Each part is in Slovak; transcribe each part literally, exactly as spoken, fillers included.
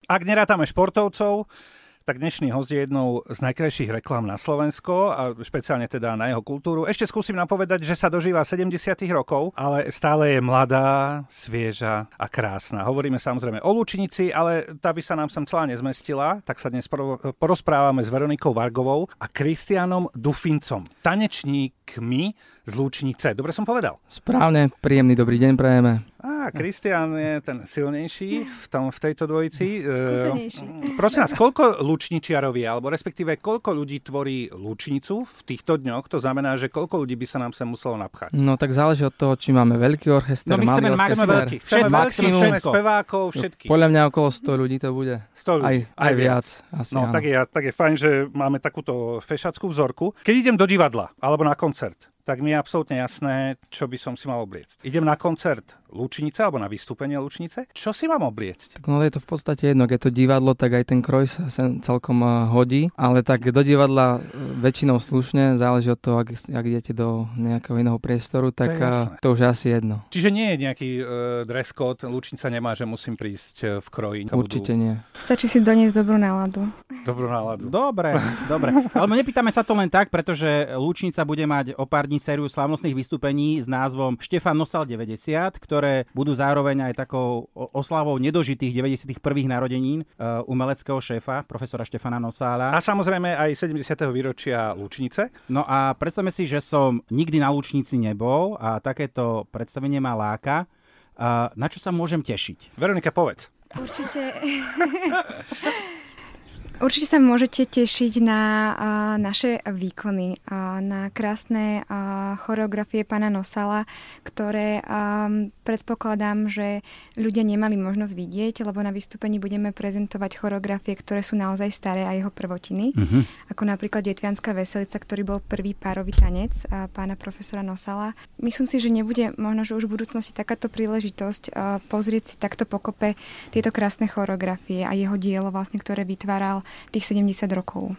Ak nerátame športovcov, tak dnešný host je jednou z najkrajších reklám na Slovensko a špeciálne teda na jeho kultúru. Ešte skúsim napovedať, že sa dožíva sedemdesiatych rokov, ale stále je mladá, svieža a krásna. Hovoríme samozrejme o Lučnici, ale tá by sa nám sem celá nezmestila, tak sa dnes porozprávame s Veronikou Vargovou a Kristiánom Dufincom, tanečníkmi z Lučnice. Dobre som povedal? Správne, príjemný dobrý deň prajeme. Á, Kristián je ten silnejší v, tom, v tejto dvojici. Skúsenejší. E, prosím vás, koľko lučničiarov je, alebo respektíve koľko ľudí tvorí Lučnicu v týchto dňoch? To znamená, že koľko ľudí by sa nám sem muselo napchať? No tak záleží od toho, či máme veľký orchester, no, my malý orchester. Chceme veľký, chceme veľký, chceme spevákov, všetkých. No, podľa mňa okolo sto ľudí to bude. sto ľudí. Aj, aj, aj viac. Asi, no tak je, tak je fajn, že máme takúto fešackú vzorku. Keď idem do divadla, alebo na koncert, tak mi je absolútne jasné, čo by som si mal obliecť. Idem na koncert Lučnice alebo na vystúpenie Lučnice. Čo si mám obliecť? Tak no je to v podstate jedno, keď je to divadlo, tak aj ten kroj sa sem celkom hodí, ale tak do divadla väčšinou slušne, záleží od toho, ak, ak idete do nejakého iného priestoru, tak to, to už je asi jedno. Čiže nie je nejaký uh, dress code, Lučnica nemá, že musím prísť v kroji. Určite budú... nie. Stačí si doniesť dobrú náladu. Dobrú náladu. Dobre, dobre. Ale nepýtame sa to len tak, pretože Lučnica bude mať o pár dní sériu slávnostných vystúpení s názvom Štefan Nosal deväťdesiat, ktoré budú zároveň aj takou oslavou nedožitých deväťdesiatych prvých narodenín uh, umeleckého šéfa, profesora Štefana Nosála. A samozrejme aj sedemdesiateho výročia Lučnice. No a predstavme si, že som nikdy na Lučnici nebol a takéto predstavenie ma láka. Uh, na čo sa môžem tešiť? Veronika, povedz. Určite... Určite sa môžete tešiť na uh, naše výkony, uh, na krásne uh, choreografie pána Nosala, ktoré um, predpokladám, že ľudia nemali možnosť vidieť, lebo na vystúpení budeme prezentovať choreografie, ktoré sú naozaj staré a jeho prvotiny. Uh-huh. Ako napríklad Detvianská veselica, ktorý bol prvý párový tanec uh, pána profesora Nosala. Myslím si, že nebude možno, že už v budúcnosti takáto príležitosť uh, pozrieť si takto pokope tieto krásne choreografie a jeho dielo, vlastne, ktoré vytváral tých sedemdesiat rokov.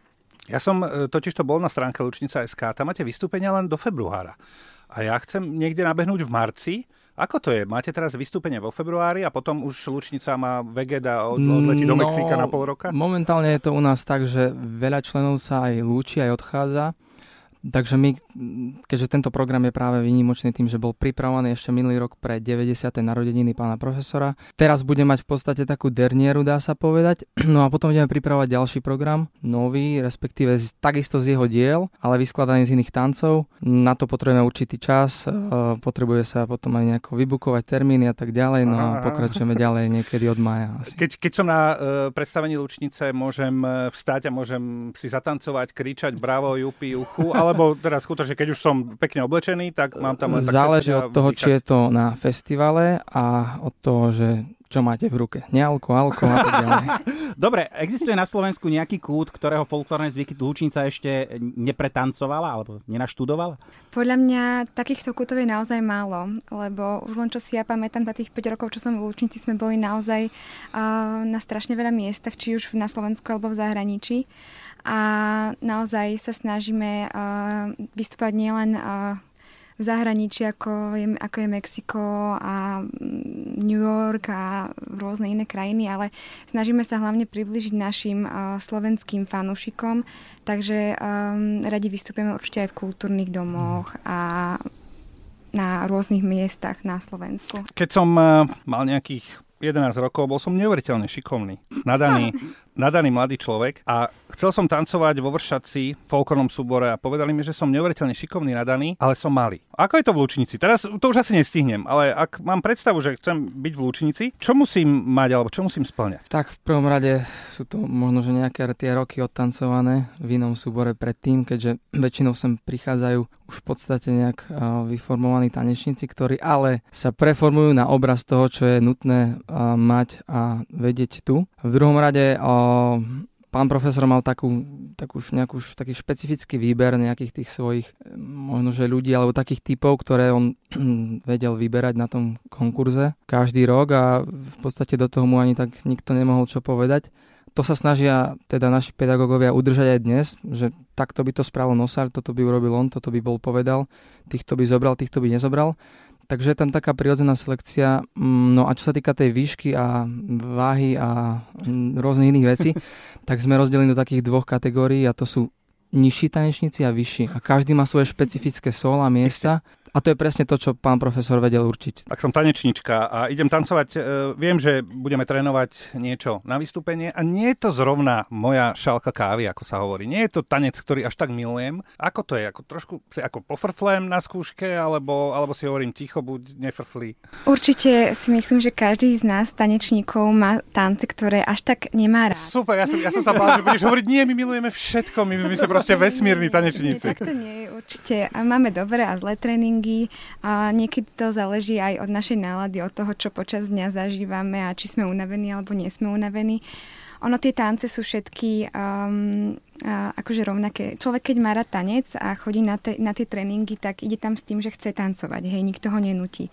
Ja som totiž to bol na stránke Lučnica bodka es ká, tam máte vystúpenia len do februára. A ja chcem niekde nabehnúť v marci. Ako to je? Máte teraz vystúpenie vo februári a potom už Lučnica má veged a od, odletí do Mexika no, na pol roka? Momentálne je to u nás tak, že veľa členov sa aj lúči, aj odchádza. Takže my, keďže tento program je práve výnimočný tým, že bol pripravovaný ešte minulý rok pre deväťdesiate narodeniny pána profesora, teraz bude mať v podstate takú dernieru, dá sa povedať. No a potom budeme pripravovať ďalší program, nový, respektíve takisto z jeho diel, ale vyskladaný z iných tancov. Na to potrebujeme určitý čas, potrebuje sa potom aj nejako vybukovať termíny a tak ďalej, no a pokračujeme ďalej niekedy od mája. Asi. Keď, keď som na uh, predstavení Lučnice, môžem vstať a môžem si zatancovať, kričať bravo, jupi, uchu, ale Lebo teraz skutočne, keď už som pekne oblečený, tak mám tam len tak... Záleží od toho, vznikať. Či je to na festivale a od toho, že čo máte v ruke. Nealko, alko a tak ďalej. Dobre, existuje na Slovensku nejaký kút, ktorého folklórne zvyky Lučnica ešte nepretancovala alebo nenaštudovala? Podľa mňa takýchto kútov je naozaj málo, lebo už len čo si ja pamätám, za tých päť rokov, čo som v Lučnici, sme boli naozaj uh, na strašne veľa miestach, či už na Slovensku alebo v zahraničí. A naozaj sa snažíme uh, vystúpať nielen uh, v zahraničí, ako je, ako je Mexiko a New York a rôzne iné krajiny, ale snažíme sa hlavne priblížiť našim uh, slovenským fanúšikom, takže um, radi vystúpime určite aj v kultúrnych domoch a na rôznych miestach na Slovensku. Keď som uh, mal nejakých jedenásť rokov, bol som neuveriteľne šikovný, nadaný, nadaný mladý človek a chcel som tancovať vo Vršatci v folklórnom súbore a povedali mi, že som neuveriteľne šikovný, nadaný, ale som malý. Ako je to v Lučnici? Teraz to už asi nestihnem, ale ak mám predstavu, že chcem byť v Lučnici, čo musím mať alebo čo musím spĺňať? Tak v prvom rade sú to možno, že nejaké tie roky odtancované v inom súbore predtým, keďže väčšinou sem prichádzajú už v podstate nejak vyformovaní tanečníci, ktorí ale sa preformujú na obraz toho, čo je nutné mať a vedieť tu. V druhom rade o, pán profesor mal takú, takú nejakú, taký špecifický výber nejakých tých svojich možno, že ľudí alebo takých typov, ktoré on vedel vyberať na tom konkurze každý rok a v podstate do toho mu ani tak nikto nemohol čo povedať. To sa snažia teda naši pedagógovia udržať aj dnes, že takto by to spravil Nosal, toto by urobil on, toto by bol povedal, týchto by zobral, týchto by nezobral. takže je tam taká prirodzená selekcia. No a čo sa týka tej výšky a váhy a rôznych iných vecí, tak sme rozdelení do takých dvoch kategórií a to sú nižší tanečníci a vyšší. A každý má svoje špecifické solo a miesta. A to je presne to, čo pán profesor vedel určiť. Ak som tanečnička a idem tancovať, e, viem, že budeme trénovať niečo na vystúpenie a nie je to zrovna moja šálka kávy, ako sa hovorí. Nie je to tanec, ktorý až tak milujem. Ako to je? Ako trošku ako pofrflem na skúške, alebo, alebo si hovorím ticho, buď nefrflí? Určite si myslím, že každý z nás tanečníkov má tance, ktoré až tak nemá rád. Super, ja som, ja som sa bál, že budeš hovoriť, nie, my milujeme všetko, my, my sme proste vesmírni tanečníci. Nie, tak to nie je určite. A máme dobré a zlé tréningy. A niekedy to záleží aj od našej nálady, od toho, čo počas dňa zažívame a či sme unavení alebo nie sme unavení. Ono, tie tance sú všetky um, uh, akože rovnaké. Človek, keď má rád tanec a chodí na, te, na tie tréningy, tak ide tam s tým, že chce tancovať. Hej, nikto ho nenúti.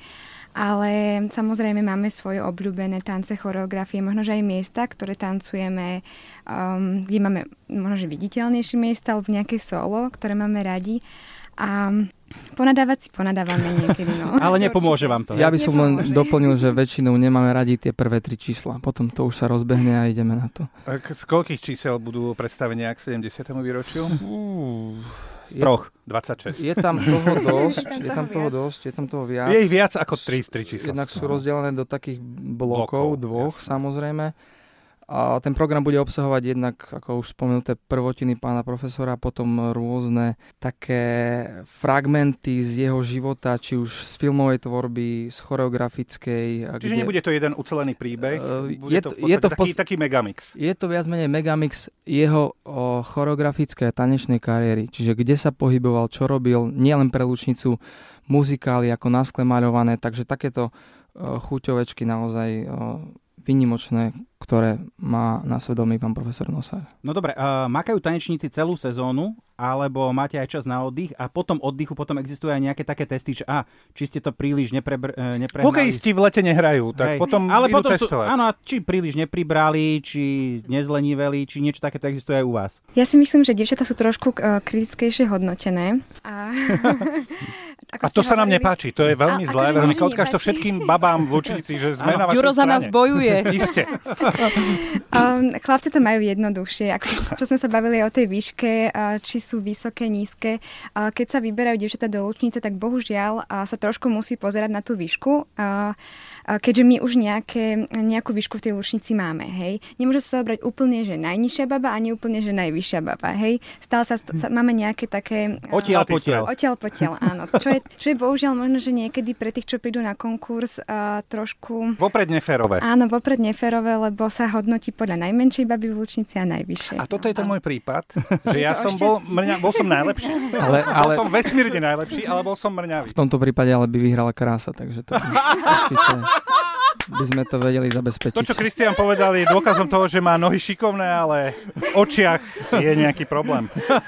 Ale samozrejme máme svoje obľúbené tance, choreografie, možno že aj miesta, ktoré tancujeme, um, kde máme možno že viditeľnejšie miesta alebo nejaké solo, ktoré máme radi. A ponadávať si ponadávame niekedy, no. Ale nepomôže vám to. Ja by som len doplnil, že väčšinou nemáme radi tie prvé tri čísla. Potom to už sa rozbehne a ideme na to. A z koľkých čísel budú predstavenia k sedemdesiatemu výročiu? Uh, z troch, dvadsaťšesť. Je tam toho dosť, je tam toho dosť, je tam toho viac. Je ich viac ako tri čísla. Jednak sú rozdelené do takých blokov, blokov dvoch, jasne. Samozrejme. A ten program bude obsahovať jednak, ako už spomenuté, prvotiny pána profesora, potom rôzne také fragmenty z jeho života, či už z filmovej tvorby, z choreografickej. Čiže kde... nebude to jeden ucelený príbeh, bude je to v je to taký, pos... taký megamix. Je to viac menej megamix jeho o, choreografickej a tanečnej kariéry. Čiže kde sa pohyboval, čo robil, nielen pre Lučnicu, muzikály ako na skle maľované, takže takéto o, chuťovečky naozaj o, výnimočné, ktoré má na svedomí pán profesor Nosár. No dobre, uh, makajú tanečníci celú sezónu, alebo máte aj čas na oddych a potom oddychu potom existujú aj nejaké také testy, že a, či ste to príliš neprebr- neprehnali. Hokejisti v lete nehrajú, tak Hej. potom Ale idú potom testovať. Sú, áno, či príliš nepribrali, či nezleniveli, či niečo takéto existuje aj u vás. Ja si myslím, že dievčatá sú trošku uh, kritickejšie hodnotené. A... A to sa nám nepáči, to je veľmi zlé. Veronika, odkáž to všetkým babám v Lučnici, že sme na vašej Ďuro za nás bojuje. Isté. Um, chlapci to majú jednoduchšie. Ak, čo, čo sme sa bavili o tej výške, uh, či sú vysoké, nízke. Uh, keď sa vyberajú dievčatá do Lučnice, tak bohužiaľ uh, sa trošku musí pozerať na tú výšku. Uh, keďže my už nejaké, nejakú výšku v tej Lučnici máme, hej. Nemôže sa zobrať úplne, že najnižšia baba a nie úplne, že najvyššia baba, hej. Stále sa, sa máme nejaké také... Odtiaľ potiaľ. Odtiaľ potiaľ, áno. Čo je, čo je bohužiaľ možno, že niekedy pre tých, čo prídu na konkurs, uh, trošku... Vopred neférové. Áno, vopred neférové, lebo sa hodnotí podľa najmenšej baby v Lučnici a najvyššej. A toto je ten môj prípad, že ja som bol, mrňa, bol som najlepší. Ale, ale... Bol som vesmírne najlepší, ale bol som mrňavý. V tomto prípade ale by vyhrala krása, takže to určite... by sme to vedeli zabezpečiť. To, čo Kristián povedal, je dôkazom toho, že má nohy šikovné, ale v očiach je nejaký problém.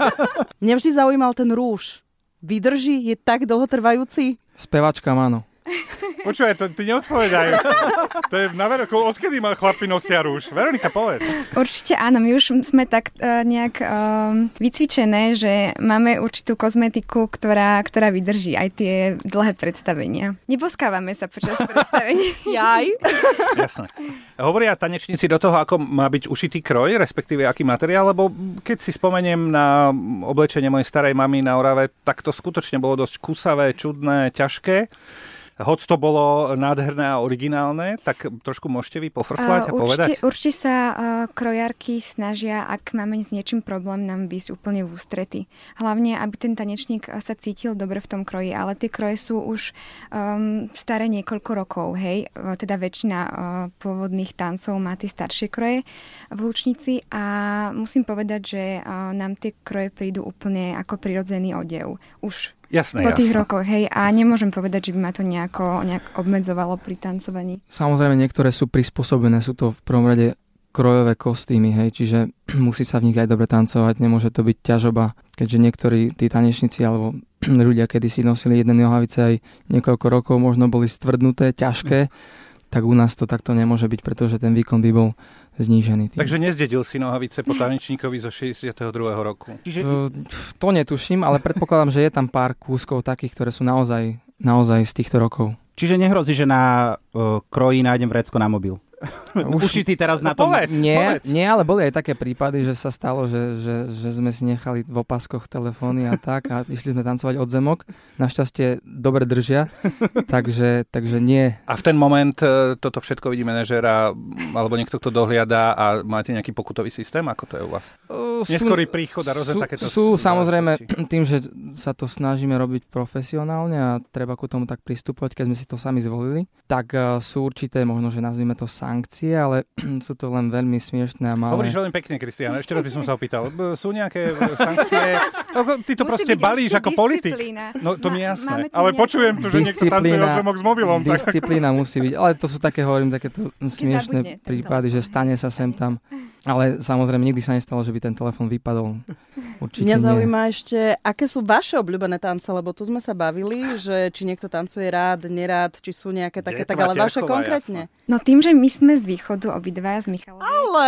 Mňa vždy zaujímal ten rúž. Vydrží? Je tak dlhotrvajúci? Spevačka, áno. Počúvaj, to ty neodpovedajú. To je na Veroku, odkedy má chlapi nosia rúž? Veronika, povedz. Určite áno, my už sme tak uh, nejak uh, vycvičené, že máme určitú kozmetiku, ktorá, ktorá vydrží aj tie dlhé predstavenia. Neboskávame sa počas predstavenia. Jaj. Jasné. Hovoria tanečníci do toho, ako má byť ušitý kroj, respektíve aký materiál, lebo keď si spomeniem na oblečenie mojej starej mamy na Orave, tak to skutočne bolo dosť kusavé, čudné, ťažké. Hoď to bolo nádherné a originálne, tak trošku môžete vy pofrflať a uh, povedať? Určite, určite sa uh, krojárky snažia, ak máme s niečím problém, nám ísť úplne v ústrety. Hlavne, aby ten tanečník sa cítil dobre v tom kroji, ale tie kroje sú už um, staré niekoľko rokov, hej. Teda väčšina uh, pôvodných tancov má tie staršie kroje v Lučnici a musím povedať, že uh, nám tie kroje prídu úplne ako prirodzený odev. Už Jasné, po tých jasné. rokoch, hej. A nemôžem povedať, že by ma to nejako, nejak obmedzovalo pri tancovaní. Samozrejme, niektoré sú prispôsobené, sú to v prvom rade krojové kostýmy, hej, čiže musí sa v nich aj dobre tancovať, nemôže to byť ťažoba, keďže niektorí tí tanečníci alebo ľudia kedysi nosili jedné nohavice aj niekoľko rokov, možno boli stvrdnuté, ťažké, tak u nás to takto nemôže byť, pretože ten výkon by bol znížený. Tým. Takže nezdedil si nohavice po tanečníkovi zo šesťdesiateho druhého roku. Čiže... To, to netuším, ale predpokladám, že je tam pár kúskov takých, ktoré sú naozaj naozaj z týchto rokov. Čiže nehrozí, že na uh, kroji nájdem vrecko na mobil. Ušitý teraz na tom. Povedz, nie, povedz. nie, ale boli aj také prípady, že sa stalo, že, že, že sme si nechali v opaskoch telefóny a tak a išli sme tancovať od zemok. Našťastie dobre držia, takže, takže nie. A v ten moment e, toto všetko vidí manažéra alebo niekto, kto dohliada a máte nejaký pokutový systém? Ako to je u vás? Uh, Neskorý príchod a rôzne sú, takéto... Sú samozrejme tým, že sa to snažíme robiť profesionálne a treba ku tomu tak pristupovať, keď sme si to sami zvolili, tak uh, sú určité, možno, že nazvime to sankcie, ale sú to len veľmi smiešné a malé. Hovoríš veľmi pekne, Kristián. Ešte raz by som sa opýtal. Sú nejaké sankcie? Ty to Musí proste byť balíš ešte ako politik. disciplína. No to mi je jasné. Máme tu Ale nejakú- počujem tu, že niekto tancuje od zemok s mobilom. Tak... Disciplína musí byť, ale to sú také, hovorím, takéto smiešné zabudne ten prípady, že telefón. stane sa sem tam. Ale samozrejme, nikdy sa nestalo, že by ten telefón vypadol. Určite Mňa nie. zaujíma ešte, aké sú vaše obľúbené tance, lebo tu sme sa bavili, že či niekto tancuje rád, nerád, či sú nejaké také, tak ale vaše Detva, konkrétne. No tým, že my sme z východu obidvaja z Michalovej, Ale...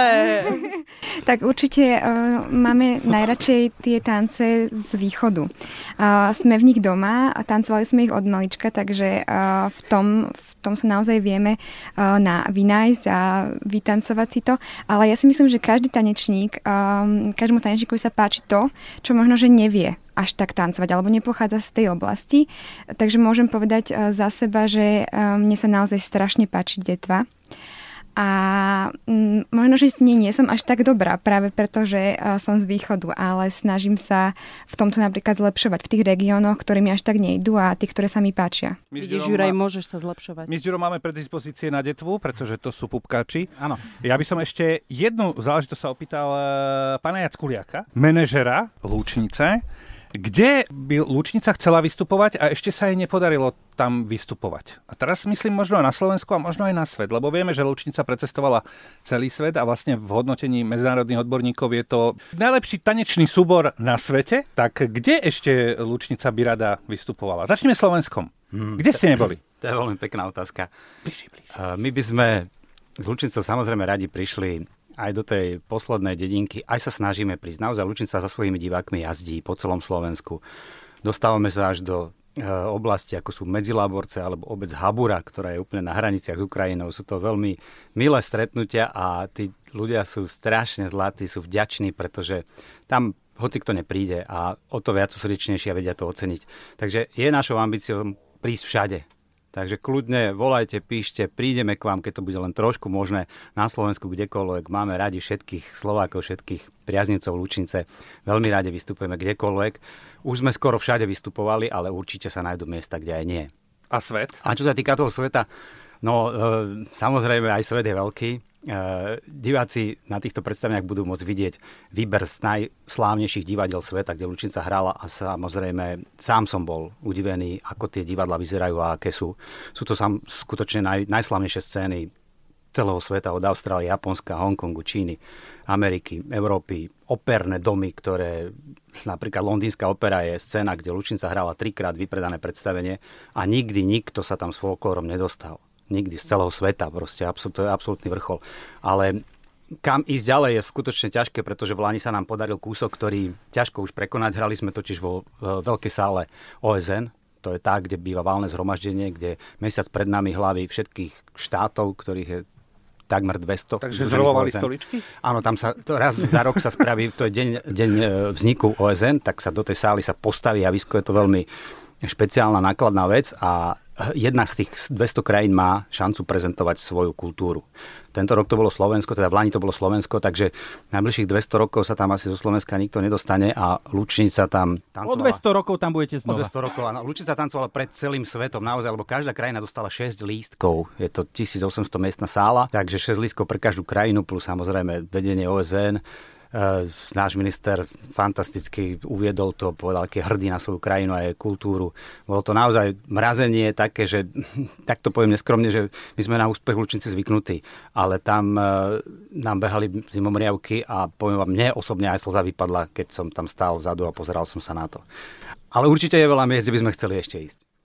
tak určite uh, máme najradšej tie tance z východu. Uh, sme v nich doma a tancovali sme ich od malička, takže uh, v tom, v tom sa naozaj vieme uh, na, vynájsť a vytancovať si to. Ale ja si myslím, že každý tanečník, um, každému tanečníkovi sa páči to, čo možno, že nevie až tak tancovať, alebo nepochádza z tej oblasti. Takže môžem povedať uh, za seba, že uh, mne sa naozaj strašne páči detva. A m, možno, že nie, nie som až tak dobrá, práve preto, že uh, som z východu, ale snažím sa v tomto napríklad zlepšovať v tých regiónoch, ktoré mi až tak nejdú a tie, ktoré sa mi páčia. My s Vidíš, Ďurom Juraj, má- môžeš sa zlepšovať. My s Ďurom máme predispozície na detvu, pretože to sú pupkači. Áno. Ja by som ešte jednu záležitosť sa opýtal uh, pána Jackuliaka, manažera Lúčnice, kde by Lúčnica chcela vystupovať a ešte sa jej nepodarilo tam vystupovať. A teraz myslím možno na Slovensku a možno aj na svet, lebo vieme, že Lúčnica precestovala celý svet a vlastne v hodnotení medzinárodných odborníkov je to najlepší tanečný súbor na svete. Tak kde ešte Lúčnica by rada vystupovala? Začneme Slovenskom. Hmm. Kde ste neboli? To je veľmi pekná otázka. Bližšie, bližšie. Uh, My by sme s Lučnicou samozrejme radi prišli aj do tej poslednej dedinky. Aj sa snažíme prísť. Naozaj Lučnica za svojimi divákmi jazdí po celom Slovensku. Dostávame sa až do uh, oblasti, ako sú Medziláborce alebo obec Habura, ktorá je úplne na hraniciach s Ukrajinou. Sú to veľmi milé stretnutia a tí ľudia sú strašne zlatí, sú vďační, pretože tam hoci kto nepríde a o to viac sú srdečnejšie a vedia to oceniť. Takže je našou ambíciou prísť všade. Takže kľudne volajte, píšte, prídeme k vám, keď to bude len trošku možné na Slovensku, kdekoľvek. Máme radi všetkých Slovákov, všetkých priaznivcov Lučnice. Veľmi radi vystupujeme kdekoľvek. Už sme skoro všade vystupovali, ale určite sa nájdú miesta, kde aj nie. A svet? A čo sa týka toho sveta, no e, samozrejme aj svet je veľký. E, diváci na týchto predstaveniach budú môcť vidieť výber z najslávnejších divadiel sveta, kde Lučnica hrala a samozrejme sám som bol udivený, ako tie divadlá vyzerajú a aké sú. Sú to sam, skutočne naj, najslávnejšie scény celého sveta, od Austrálie, Japonska, Hongkongu, Číny, Ameriky, Európy, operné domy, ktoré napríklad Londýnska opera je scéna, kde Lučnica hrala trikrát vypredané predstavenie a nikdy nikto sa tam s folklórom nedostal. Nikdy z celého sveta, proste to je absolútny vrchol. Ale kam ísť ďalej je skutočne ťažké, pretože v Lani sa nám podaril kúsok, ktorý ťažko už prekonať. Hrali sme totiž vo veľkej sále O S N, to je tá, kde býva valné zhromaždenie, kde mesiac pred nami hlavy všetkých štátov, ktorých je takmer dvesto. Takže zrolovali stoličky? Áno, tam sa to raz za rok sa spraví, to je deň, deň vzniku O S N, tak sa do tej sály sa postaví javisko, je to veľmi špeciálna nákladná vec a jedna z tých dvesto krajín má šancu prezentovať svoju kultúru. Tento rok to bolo Slovensko, teda v Lani to bolo Slovensko, takže najbližších dvesto rokov sa tam asi zo Slovenska nikto nedostane a Lučnica tam tancovala. O dvesto rokov tam budete O znova. dvesto rokov, áno. Lučnica tancovala pred celým svetom, naozaj, lebo každá krajina dostala šesť lístkov. Je to tisícosemsto miestna sála, takže šesť lístkov pre každú krajinu, plus samozrejme vedenie O S N. Uh, náš minister fantasticky uviedol to, povedal, aký je hrdý na svoju krajinu a jej kultúru. Bolo to naozaj mrazenie také, že tak to poviem neskromne, že my sme na úspech Lučnici zvyknutí, ale tam uh, nám behali zimomriavky a poviem vám, mne osobne aj slza vypadla, keď som tam stál vzadu a pozeral som sa na to. Ale určite je veľa miest, kde by sme chceli ešte ísť.